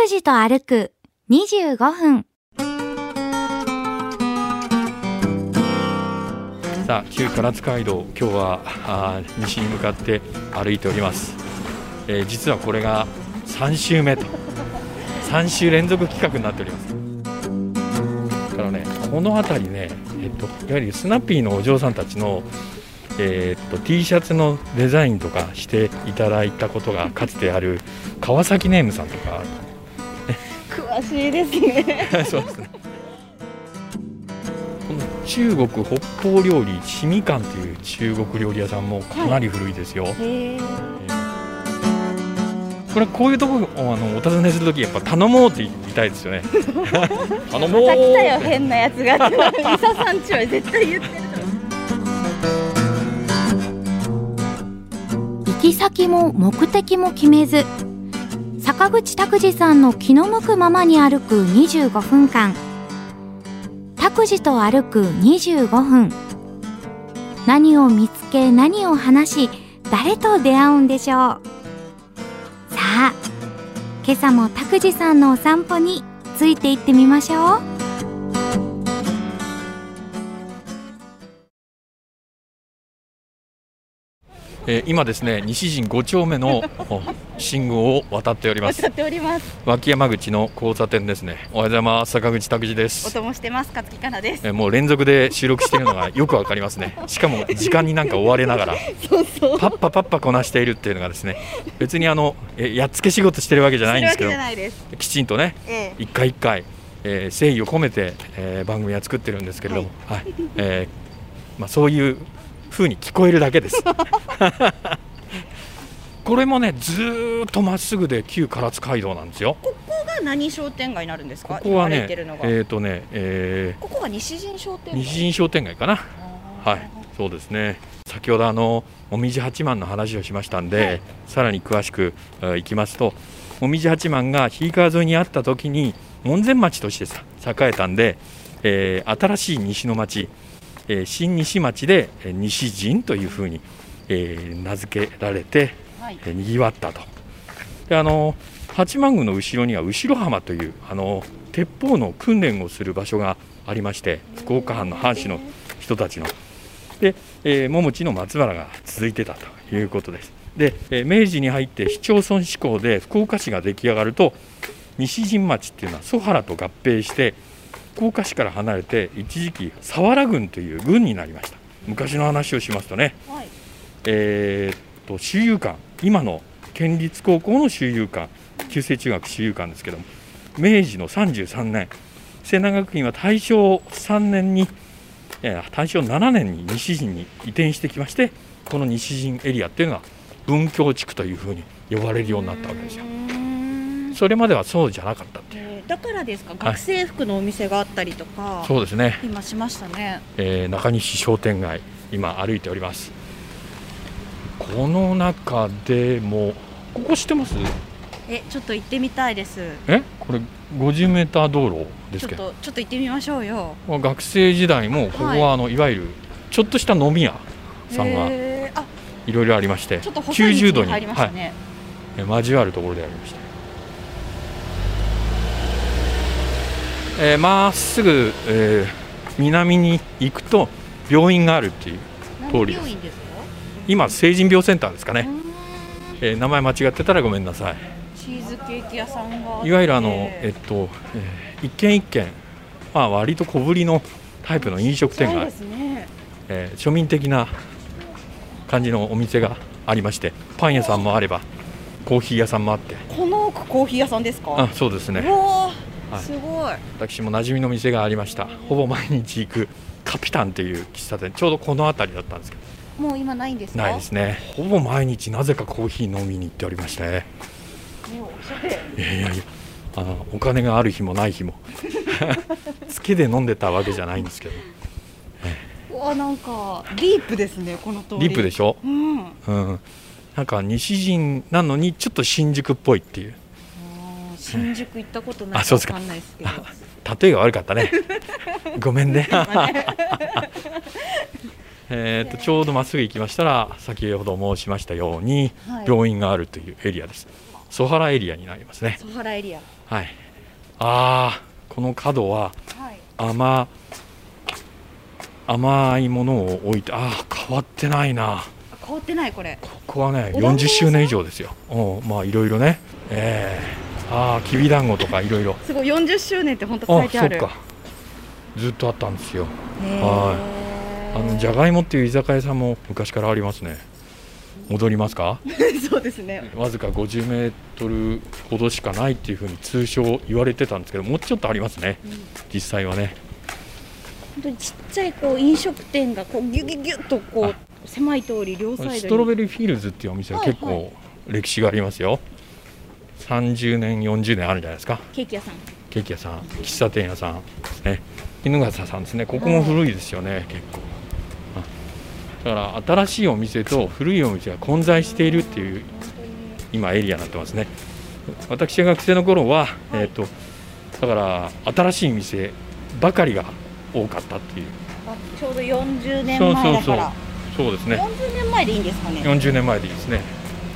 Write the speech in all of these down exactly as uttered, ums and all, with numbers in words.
拓司と歩くにじゅうごふん。 さあ、旧唐津街道、今日はあ西に向かって歩いております。えー、実はこれがさん週目とさん週連続企画になっております。だからね、この辺りね、えっと、いわゆるスナッピーのお嬢さんたちの、えー、っと T シャツのデザインとかしていただいたことがかつてある川崎ネームさんとか詳しいですねそうですね。この中国北方料理シミカンという中国料理屋さんもかなり古いですよ。はい、へこれこういうところをあのお尋ねするときやっぱ頼もうって言いたいですよね頼もう。 また来たよ変なやつがってミサさんちは絶対言ってる。 行き先も目的も決めず、坂口拓司さんの気の向くままに歩くにじゅうごふんかん。拓司と歩くにじゅうごふん。何を見つけ、何を話し、誰と出会うんでしょう。さあ、今朝も拓司さんのお散歩について行ってみましょう。 えー、今ですね、西陣ご丁目の信号を渡っております。 渡っております。 脇山口の交差点ですね。おはようございます。坂口拓司です。 お供してます。勝木かなです。 えー、もう連続で収録しているのがよくわかりますね。しかも時間になんか追われながらそうそうパッパパッパこなしているっていうのがですね、別にあのえやっつけ仕事してるわけじゃないんですけど、きちんとね、ええ、一回一回、えー、誠意を込めて、えー、番組は作ってるんですけれども、はいはい、えーまあ、そういう風に聞こえるだけですこれもね、ずーっとまっすぐで旧唐津街道なんですよ。 ここが何商店街になるんですか？ ここはね、 歩いてるのがえーとね、えー、 ここが西陣商店街。 西陣商店街かな。はい、そうですね。先ほどあのもみじ八幡の話をしましたんで、はい、さらに詳しくいきますと、もみじ八幡がひい川沿いにあった時に門前町としてさ栄えたんで、えー、新しい西の町、えー、新西町で西陣というふうに、えー、名付けられて、はい、えー、にぎわったと。で、あの八幡宮の後ろには後浜というあの鉄砲の訓練をする場所がありまして、福岡藩の藩士の人たちので、えー、桃地の松原が続いてたということです。で、えー、明治に入って市町村志向で福岡市が出来上がると、西陣町っていうのは曽原と合併して福岡市から離れて一時期佐原郡という郡になりました。昔の話をしますとね、はい、えー、っと修友館、今の県立高校の修友館、旧制中学修友館ですけども、明治のさんじゅうさんねん、西南学院は大正さんねんに大正ななねんに西陣に移転してきまして、この西陣エリアっていうのは文京地区というふうに呼ばれるようになったわけですよ。それまではそうじゃなかったっていう、 えー、だからですか、学生服のお店があったりとか、 はい、そうですね、 今しましたね、 えー、中西商店街、今歩いております。この中でもここ知ってます？ え、ちょっと行ってみたいです。 え、これごじゅうメーター道路ですけど、 ちょっとちょっと行ってみましょうよ。 学生時代もここはあの、はい、いわゆるちょっとした飲み屋さんがいろいろありまして、 ちょっと細い道に入りましたね、 はい、交わるところでありました。えー、まっすぐ、えー、南に行くと病院があるっていう通りです。何病院ですか？今成人病センターですかね、えー、名前間違ってたらごめんなさい。 チーズケーキ屋さんがあって、 いわゆるあの、えっとえー、一軒一軒、まあ、割と小ぶりのタイプの飲食店が、そうですね、えー、庶民的な感じのお店がありまして、パン屋さんもあればコーヒー屋さんもあって。 この奥コーヒー屋さんですか？ あ、そうですね。 はい、すごい。 私も馴染みの店がありました。ほぼ毎日行くカピタンという喫茶店、ちょうどこの辺りだったんですけど、 もう今ないんですか？ ないですね。ほぼ毎日なぜかコーヒー飲みに行っておりまして、ね、いやいやいや、あのお金がある日もない日もつけで飲んでたわけじゃないんですけど、 うわ、なんかディープですね、この通り。 ディープでしょ、 うんうん、なんか西陣なのにちょっと新宿っぽいっていう。 新宿行ったことないから分かんないですけど、 例えが悪かったねごめんねえとちょうどまっすぐ行きましたら、先ほど申しましたように、はい、病院があるというエリアです。 ソハラエリアになりますね。 ソハラエリア。 はい。ああ、この角は甘、甘いものを置いて、ああ変わってないな。 変わってないこれ。 ここはねよんじゅっしゅうねん以上ですよ。うん、まあいろいろね。えー、ああきびだんごとかいろいろ。 すごいよんじゅっしゅうねんって本当書いてある。 あ、そっか。ずっとあったんですよ。 へー。 はい。あのじゃがいもっていう居酒屋さんも昔からありますね。戻りますか？ そうですね。 わずかごじゅうメートルほどしかないっていうふうに通称言われてたんですけど、もうちょっとありますね、うん、実際はね。 本当にちっちゃいこう飲食店がこうギュギュギュッとこう狭い通り両サイドに。 ストロベリーフィールズっていうお店は結構歴史がありますよ、はいはい、さんじゅうねんよんじゅうねんあるんじゃないですか。 ケーキ屋さんケーキ屋さん、喫茶店屋さんですね。衣笠さんですね。ここも古いですよね、はい、結構。だから新しいお店と古いお店が混在しているっていう今エリアになってますね。私が学生の頃は、えーと、だから新しい店ばかりが多かったっていう。 あ、ちょうどよんじゅうねんまえだから。 そうそうそう、そうですね。 よんじゅうねんまえでいいんですかね。 よんじゅうねんまえでいいですね。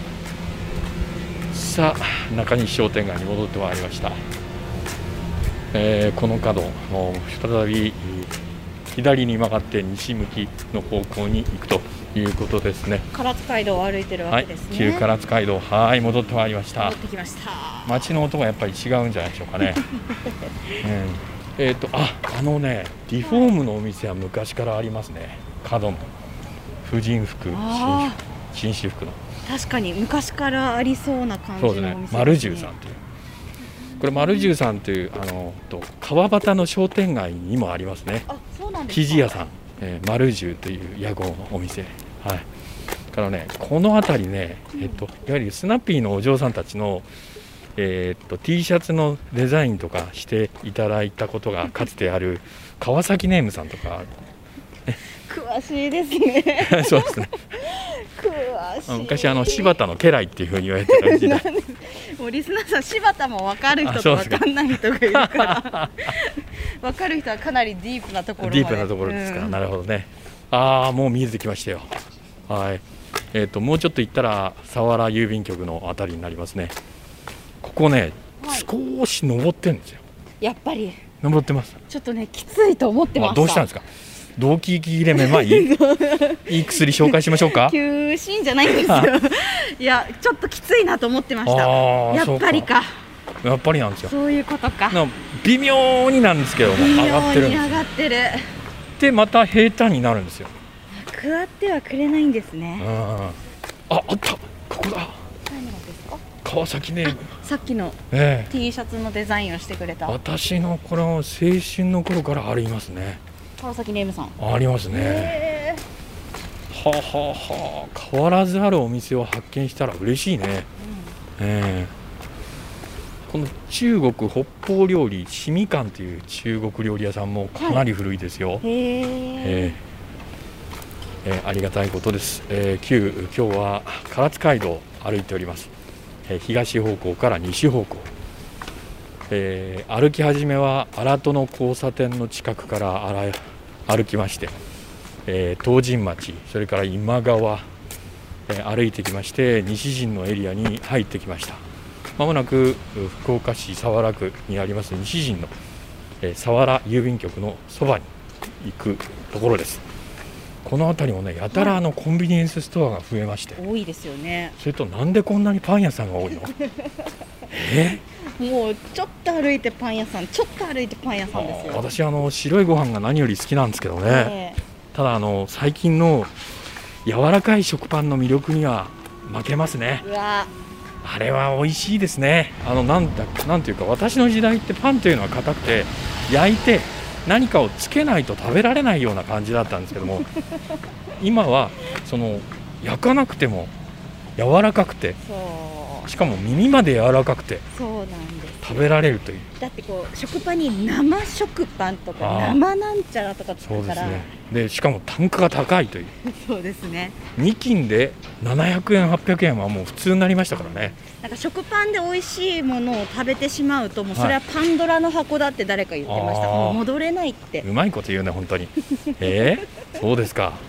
さあ中西商店街に戻ってまいりました。えー、この角再び左に曲がって西向きの方向に行くということですね。 唐津街道を歩いてるわけですね。 はい、旧唐津街道、はい、戻ってまいりました。 戻ってきました。 街の音がやっぱり違うんじゃないでしょうかね。うん、えっ、ー、とああのねリフォームのお店は昔からありますね。角の婦人服、紳士服の。 確かに昔からありそうな感じのお店ですね。 そうですね。丸十さんという。これ丸十さんというあのと川端の商店街にもありますね。 あ、そうなんですか。 生地屋さん、えー、丸十という屋号のお店。はい。からねこの辺りね、えっとやはりスナッピーのお嬢さんたちのえー、っと T シャツのデザインとかしていただいたことがかつてある川崎ネームさんとか。 詳しいですね。 そうですね。 詳しい。 昔あの柴田の家来っていうふうに言われてた時代。 もうリスナーさん柴田も分かる人と分かんない人がいるから分かる人はかなりディープなところまで。 ディープなところですから、うん、なるほどね。ああもう見えてきましたよ。はい。えー、ともうちょっと行ったら佐原郵便局のあたりになりますね。ここね、はい、少し登ってるんですよ。 やっぱり登ってます。 ちょっとねきついと思ってました。 どうしたんですか。動悸切れめまいいい薬紹介しましょうか。 休診じゃないんですよ。いやちょっときついなと思ってました。やっぱりか。 やっぱりなんですよ。 そういうことか。 微妙になんですけども上がってるんです。 上がってる。 でまた平坦になるんですよ。 下ってはくれないんですね。 あ、あったここだ。 何ですか。 川崎ネーム。 さっきの T シャツのデザインをしてくれた。 私のこの青春の頃からありますね。 川崎ネームさんありますね。はあ、はあはあ、変わらずあるお店を発見したら嬉しいね。うん、えー、この中国北方料理しみかんという中国料理屋さんもかなり古いですよ。はい、へー、えーえー、ありがたいことです。えー、旧今日は唐津街道を歩いております。えー、東方向から西方向。えー、歩き始めは荒戸の交差点の近くから歩きまして、えー、東神町それから今川、えー、歩いてきまして西陣のエリアに入ってきました。まもなく福岡市早良区にあります西陣の、えー、佐原郵便局のそばに行くところです。この辺りもねやたらあのコンビニエンスストアが増えまして、 多いですよね。 それとなんでこんなにパン屋さんが多いの。えーもうちょっと歩いてパン屋さんちょっと歩いてパン屋さんですよ。 私あの白いご飯が何より好きなんですけどね、えー、ただあの最近の柔らかい食パンの魅力には負けますね。 うわあれは美味しいですね。あのなんだなんていうか私の時代ってパンというのは硬くて焼いて何かをつけないと食べられないような感じだったんですけども今はその焼かなくても柔らかくてしかも耳まで柔らかくてそうなんです食べられるという。 だってこう食パンに生食パンとか生なんちゃらとかつくから。そうですね。 でしかも単価が高いという。 そうですね。 に斤でななひゃくえんはっぴゃくえんはもう普通になりましたからね。 なんか食パンで美味しいものを食べてしまうともうそれはパンドラの箱だって誰か言ってました。もう戻れないって。 うまいこと言うね本当に。えー、そうですか。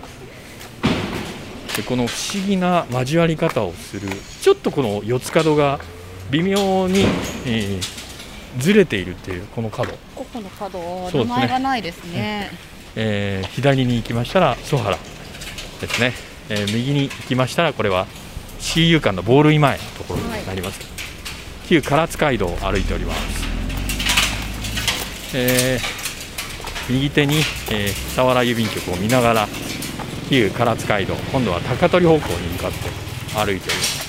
でこの不思議な交わり方をするちょっとこの四つ角が微妙に、えー、ずれているっていうこの角、 ここの角、名前がないですね。 えー、左に行きましたら曽原ですね、えー、右に行きましたらこれは シーユー 館のボールイ前のところになります、はい、旧唐津街道を歩いております。えー、右手に、えー、佐原郵便局を見ながら旧唐津街道、今度は高取方向に向かって歩いております。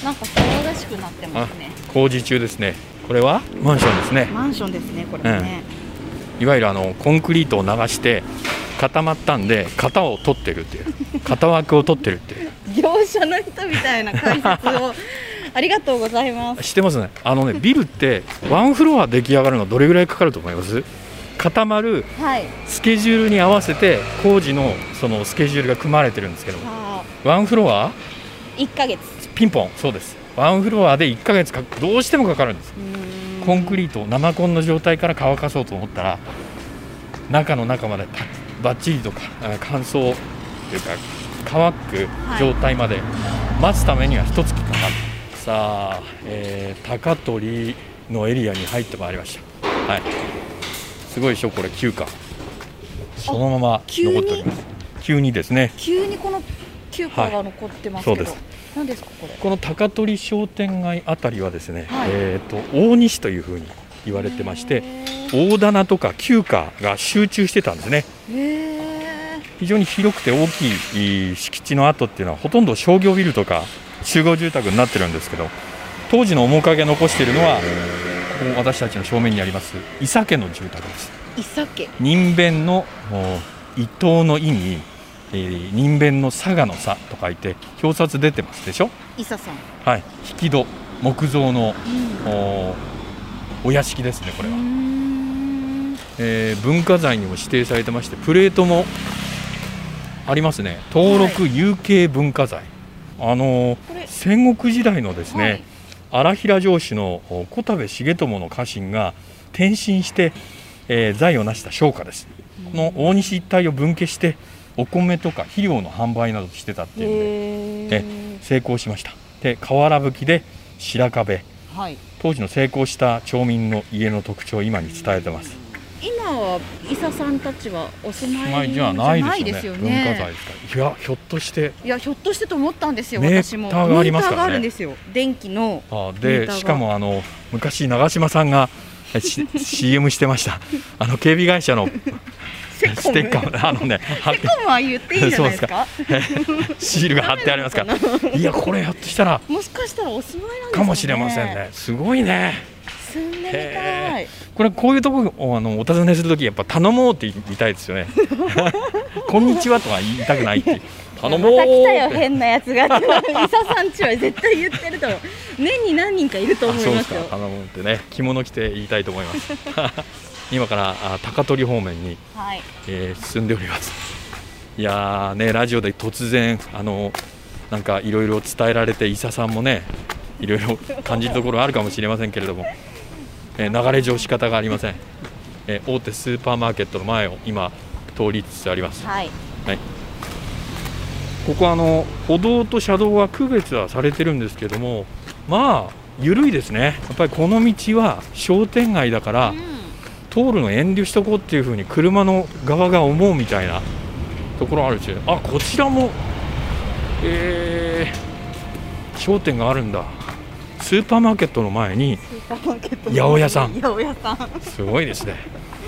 なんか騒がしくなってますね。 工事中ですね。これはマンションですね。 マンションですね、これね、 うん、いわゆるあのコンクリートを流して固まったんで型を取ってるっていう型枠を取ってるっていう業者の人みたいな解説をありがとうございます。 知ってますね。あのね、ビルってワンフロア出来上がるのどれぐらいかかると思います？固まるスケジュールに合わせて工事のそのスケジュールが組まれてるんですけど、ワンフロアいっかげつピンポン、そうです。ワンフロアでいっかげつかどうしてもかかるんです。コンクリートを生コンの状態から乾かそうと思ったら中の中までバッチリとか乾燥というか乾く状態まで待つためには一月かかる、はい、さあ、えー、高取のエリアに入ってまいりました。はい、すごいでしょこれ、旧館そのまま残っております。急にですね、 急にこの旧館が残ってますけど、はい、そうです。何ですかこれ。 この高取商店街あたりはですね、はい、えー、と大西というふうに言われてまして、大棚とか旧家が集中してたんですね。へー、非常に広くて大きい敷地の跡っていうのはほとんど商業ビルとか集合住宅になってるんですけど、当時の面影残しているのはここ私たちの正面にあります伊佐家の住宅です。 伊佐家、 人弁の伊藤の意に、えー、人弁の佐賀の佐と書いて表札出てますでしょ。 伊佐さん、 はい、引き戸木造の、うん、お, お屋敷ですねこれは。えー、文化財にも指定されてまして、プレートもありますね。登録有形文化財、はい、あのー、戦国時代のですね、はい、荒平城主の小田部重友の家臣が転身して、えー、財を成した商家です。この大西一帯を分家してお米とか肥料の販売などしてたっていうので、え成功しました。で、瓦葺きで白壁、はい、当時の成功した町民の家の特徴を今に伝えてます。 今は伊佐さんたちはお住まいじゃないですよね。文化財ですか。いや、ひょっとしていやひょっとしてと思ったんですよ。 メ私もーターがありますからね。 メーターがあるんですよ、電気のあでしかもあの昔長嶋さんがシーエム してましたあの警備会社のステッカー、あのね、 セコムは言っていいじゃないですか。 シールが貼ってありますから。いや、これひょっとしたらもしかしたらお住まいなんですかね。 かもしれませんね。すごいね。 住んでみたい。 これこういうところをあのお尋ねするときやっぱ頼もうって言いたいですよね。こんにちはとは言いたくないっていう。頼もう。 また来たよ変なやつが。伊佐さんちは絶対言ってると思う。年に何人かいると思いますよ。 そうですか。頼もうってね、着物着て言いたいと思います。今からあ高取方面に、はい、えー、進んでおります。いやーね、ラジオで突然あのなんかいろいろ伝えられて、伊佐さんもねいろいろ感じるところあるかもしれませんけれども、えー、流れ上仕方がありません。えー、大手スーパーマーケットの前を今通りつつあります。はい、はい、ここはあの歩道と車道は区別はされてるんですけども、まあ緩いですね。やっぱりこの道は商店街だから、うん、通るの遠慮しとこうっていう風に車の側が思うみたいなところあるし、あ、こちらも、えー、商店があるんだ。スーパーマーケットの前に八百屋さん、 八百屋さんすごいですね。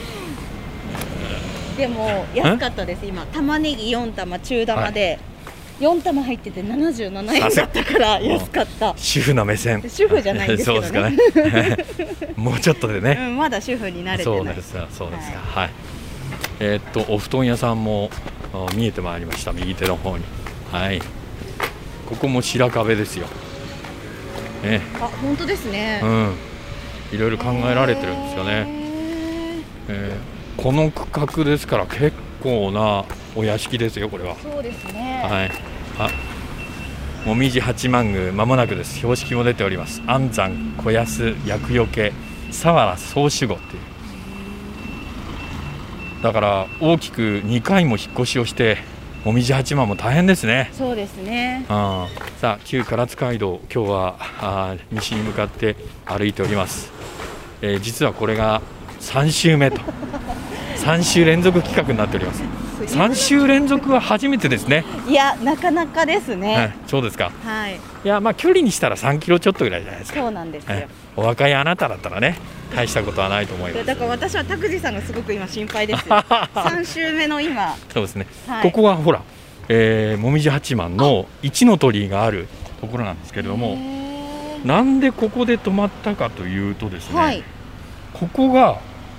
でも安かったです。今玉ねぎよん玉中玉で、はい、よん玉入っててななじゅうななえんだったから安かった。 主婦な目線。 主婦じゃないんですけどね。 そうですかね。もうちょっとでね、 うん、まだ主婦になれてない。 そうですか、そうですか、はい、はい、えー、っとお布団屋さんも見えてまいりました。右手の方に、はい、ここも白壁ですよ、ね、 あ、本当ですね、 うん、いろいろ考えられてるんですよね。えー、この区画ですから結構なお屋敷ですよ、これは。 そうですね、 はい、あ、もみじ八幡宮まもなくです。標識も出ております。安山、小安、厄除け、佐原総守護っていう、だから大きくにかいも引っ越しをしてもみじ八幡も大変ですね。 そうですね。 あさあ旧唐津街道、今日はあ西に向かって歩いております。えー、実はこれがさん週目とさん週連続企画になっております。さん週連続は初めてですね。 いや、なかなかですね。 はい、そうですか。 はい。 いや、まあ距離にしたらさんキロちょっとぐらいじゃないですか。 そうなんですよ。 お若いあなただったらね、大したことはないと思います。 だから私は拓司さんがすごく今心配ですよ。さん週目の今。 そうですね。 はい、 ここはほら、えー、もみじ八幡の一の鳥居があるところなんですけれども、なんでここで止まったかというとですね、はい、ここが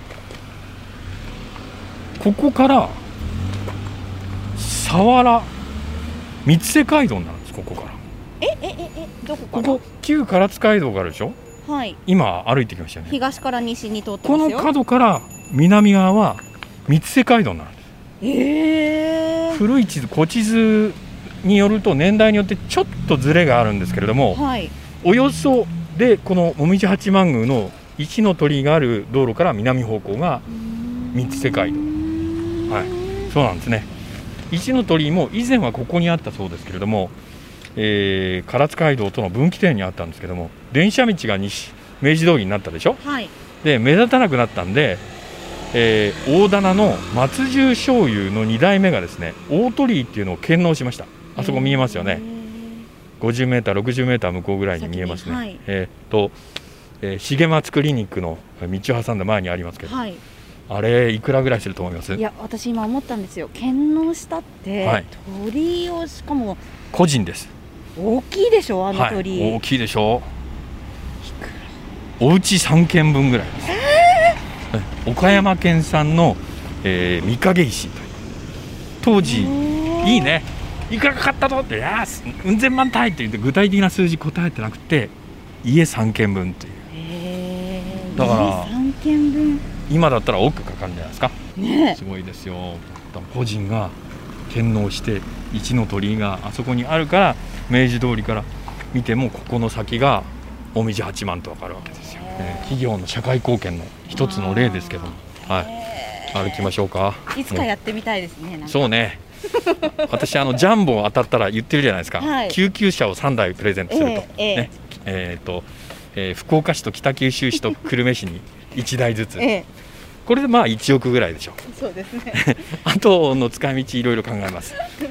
ここから佐原三瀬街道なんです。ここからええええどこから？ ここ旧唐津街道があるでしょ。 はい。 今歩いてきましたよね。 東から西に通ってますよ。 この角から南側は三瀬街道なんです。 えー、 古い地図、古地図によると年代によってちょっとずれがあるんですけれども、 はい、 およそでこのもみじ八幡宮の一の鳥居がある道路から南方向が三瀬街道。はい、そうなんですね。一の鳥居も以前はここにあったそうですけれども、えー、唐津街道との分岐点にあったんですけども、電車道が西明治通りになったでしょ。 はい、で目立たなくなったんで、えー、大棚の松重醤油のに代目がですね、大鳥居っていうのを献納しました。あそこ見えますよね。ごじゅうメーターろくじゅうメーター向こうぐらいに見えますね。はい、えー、と、えー、重松クリニックの道を挟んだ前にありますけど、はい、あれいくらぐらいすると思います？ いや、私今思ったんですよ。献納したって、はい、鳥居をしかも個人です。 大きいでしょ、あの鳥居。 はい、大きいでしょ。お家さん軒分ぐらいです。えー、岡山県産の、えー、御影石という当時いいね、いくらかかったのって、いやうん千万単位って言って具体的な数字答えてなくて、家さん軒分という。 へー、 だから家さん軒分、 今だったら億かかるんじゃないですか。 ね、 すごいですよ。個人が献納して一の鳥居があそこにあるから、明治通りから見てもここの先がもみじ八幡と分かるわけですよ。えー、企業の社会貢献の一つの例ですけども、はい、歩きましょうか。 いつかやってみたいですね。 そうね。私あのジャンボ当たったら言ってるじゃないですか。はい、救急車をさんだいプレゼントすると、えーねえーとえー、福岡市と北九州市と久留米市にいちだいずつ、えー、これでまあいちおくぐらいでしょう。 そうですね。 あとの使い道いろいろ考えます。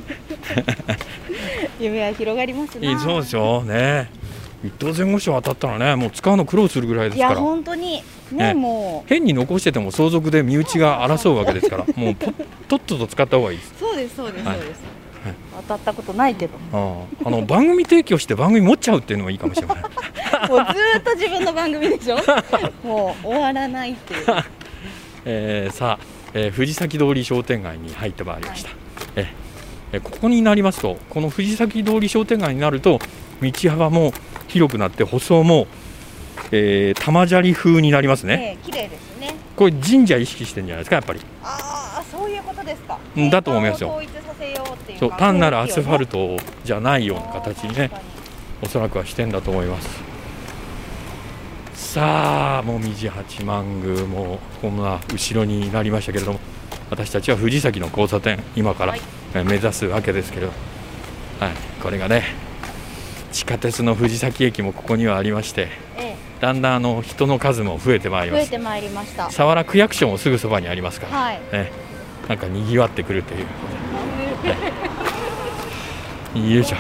夢は広がりますね。 そうでしょうね。一等前後賞当たったらね、もう使うの苦労するぐらいですから。 いや本当にね、ね、もう変に残してても相続で身内が争うわけですから、もうとっとと使った方がいいです。 そうですそうです、はい、そうです、はい、当たったことないけど、 ああの番組提供して番組持っちゃうっていうのがいいかもしれない。 もうずっと自分の番組でしょ。もう終わらないっていう。 えー、さあ、えー、藤崎通り商店街に入ってまいりました。はい、ええここになりますと、この藤崎通り商店街になると道幅も広くなって舗装も、えー、玉砂利風になりますね。 綺麗ですね。 これ神社意識してるんじゃないですか、やっぱり。 ああ、そういうことですか。 だと思いますよ。 統一させようっていう、 そう、単なるアスファルトじゃないような形にね、おそらくはしてんだと思います。さあ、もみじ八幡宮もこんな後ろになりましたけれども、私たちは藤崎の交差点今から目指すわけですけれど、はい、これがね、地下鉄の藤崎駅もここにはありまして、ええ、だんだんあの人の数も増えてまいります。 増えてまいりました。 佐原区役所もすぐそばにありますから、はい、ね、なんか賑わってくるということで、ね、よいしょ。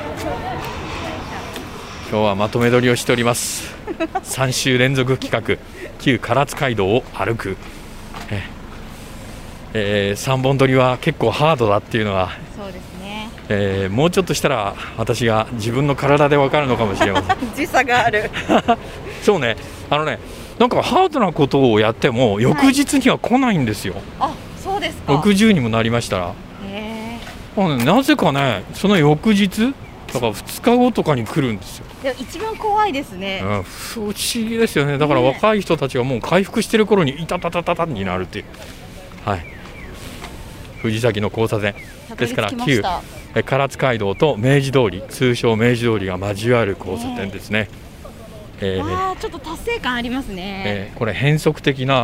今日はまとめ撮りをしております。さん週連続企画、旧唐津街道を歩く、ええー、さんぼん撮りは結構ハードだっていうのは、 そうですね、 えー、もうちょっとしたら私が自分の体で分かるのかもしれません。 時差がある。 そうね、あのね、なんかハードなことをやっても翌日には来ないんですよ。 はい、あ、そうですか。 ろくじゅうにもなりましたら、 へー、なぜかね、その翌日だからふつかごとかに来るんですよ。 でも一番怖いですね、 うん、不思議ですよね。だから若い人たちがもう回復してる頃にいたたたたたになるっていう、はい、藤崎の交差点ですから、旧唐津街道と明治通り、通称明治通りが交わる交差点ですね。えー、 あー、ちょっと達成感ありますね。 えー、これ変則的な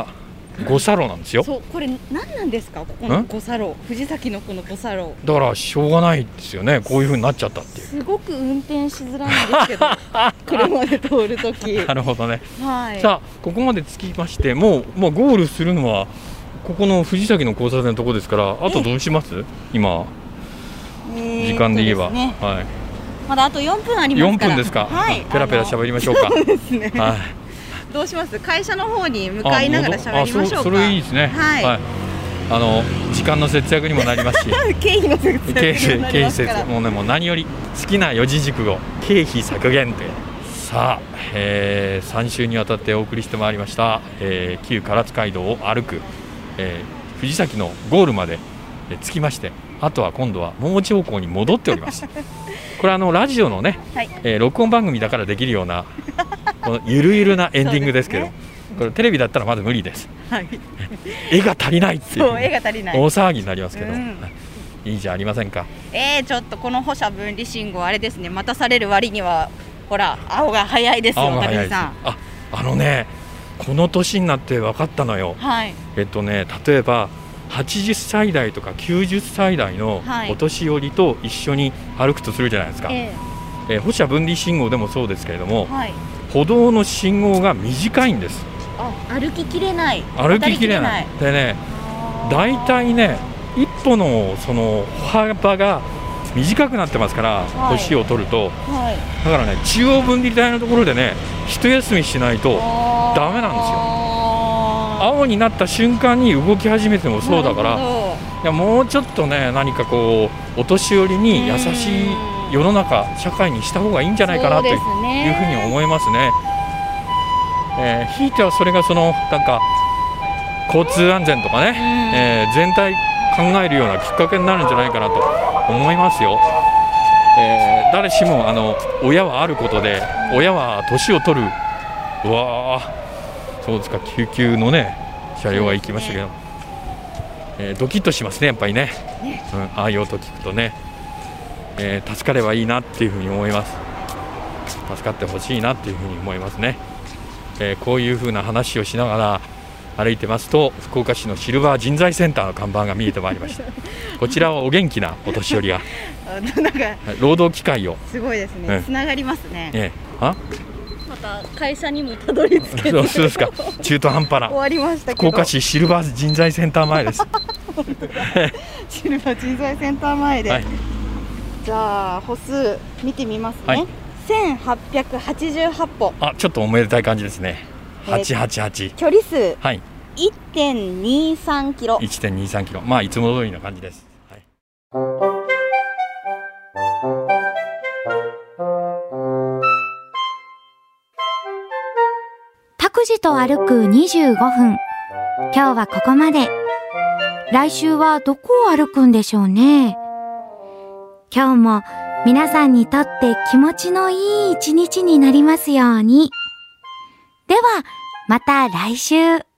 五差路なんですよ。 そうこれ何なんですか、ここの五差路、藤崎のこの五差路。 だからしょうがないですよね、こういう風になっちゃったっていう。 すごく運転しづらいんですけど車で通るとき。 なるほどね、 はい、 さあここまで着きまして、もう、もうゴールするのはここの藤崎の交差点のとこですから、あとどうします、今、 えー、 時間で言えば、 ね、 はい、 まだあとよんぷんありますから。 よんぷんですか、 はい、 ペラペラ喋りましょうか。 そうですね、 はい、 どうします、会社の方に向かいながら喋りましょうか。 あ、そ、それいいですね、 はい、 はい、あの時間の節約にもなりますし経費の節約にもなりますから。 経費節約もうね、もう何より好きな四字熟語、経費削減という。さあ、えー、さん週にわたってお送りしてまいりました、えー、旧唐津街道を歩く、えー、藤崎のゴールまで、えー、着きまして、あとは今度は桃地方向に戻っておりますこれはあのラジオのね、はい、えー、録音番組だからできるようなこのゆるゆるなエンディングですけど、ね、これテレビだったらまだ無理です、はい、絵が足りないっていう、 そう、絵が足りない、 大騒ぎになりますけど、うん、いいじゃありませんか。 えー、ちょっとこの歩車分離信号あれですね、待たされる割にはほら青が早いですよ、高木さん。 あ、あのね、この年になって分かったのよ、はい、えっとね、例えばはちじゅっさい代とかきゅうじゅっさい代のお年寄りと一緒に歩くとするじゃないですか、はい、えーえー、歩車分離信号でもそうですけれども、はい、歩道の信号が短いんです。 あ、歩ききれない、 歩ききれないでね、だいたいね一歩のその歩幅が短くなってますから、はい、年を取ると、はい、だからね、中央分離帯のところでね一休みしないとダメなんですよ。青になった瞬間に動き始めてもそうだから、いやもうちょっとね、何かこうお年寄りに優しい世の中社会にした方がいいんじゃないかなというふうに思いますね。えー、ひいてはそれがそのなんか交通安全とかね、えー、全体考えるようなきっかけになるんじゃないかなと思いますよ。えー、誰しもあの親はあることで、親は年を取る、うわー、そうですか、救急のね車両が行きましたけど、ね、えー、ドキッとしますね、やっぱりね、うん、ああいう音聞くとね、えー、助かればいいなっていうふうに思います。助かってほしいなっていうふうに思いますね。えー、こういうふうな話をしながら歩いてますと、福岡市のシルバー人材センターの看板が見えてまいりましたこちらはお元気なお年寄りがなんか労働機会を、 すごいですね、うん、つながりますね、 ええ、はまた会社にもたどり着けてそうそうですか、中途半端な終わりましたけど、 福岡市シルバー人材センター前ですシルバー人材センター前で、はい、じゃあ歩数見てみますね、はい、せんはっぴゃくはちじゅうはち歩。 あ、ちょっとおめでたい感じですね。はちはちはち、 距離数、 はい、 いってんにさんキロ。 いってんにさんキロ、まあいつも通りの感じです。はい、 拓司と歩くにじゅうごふん。今日はここまで。来週はどこを歩くんでしょうね。今日も皆さんにとって気持ちのいい一日になりますように。では、また来週。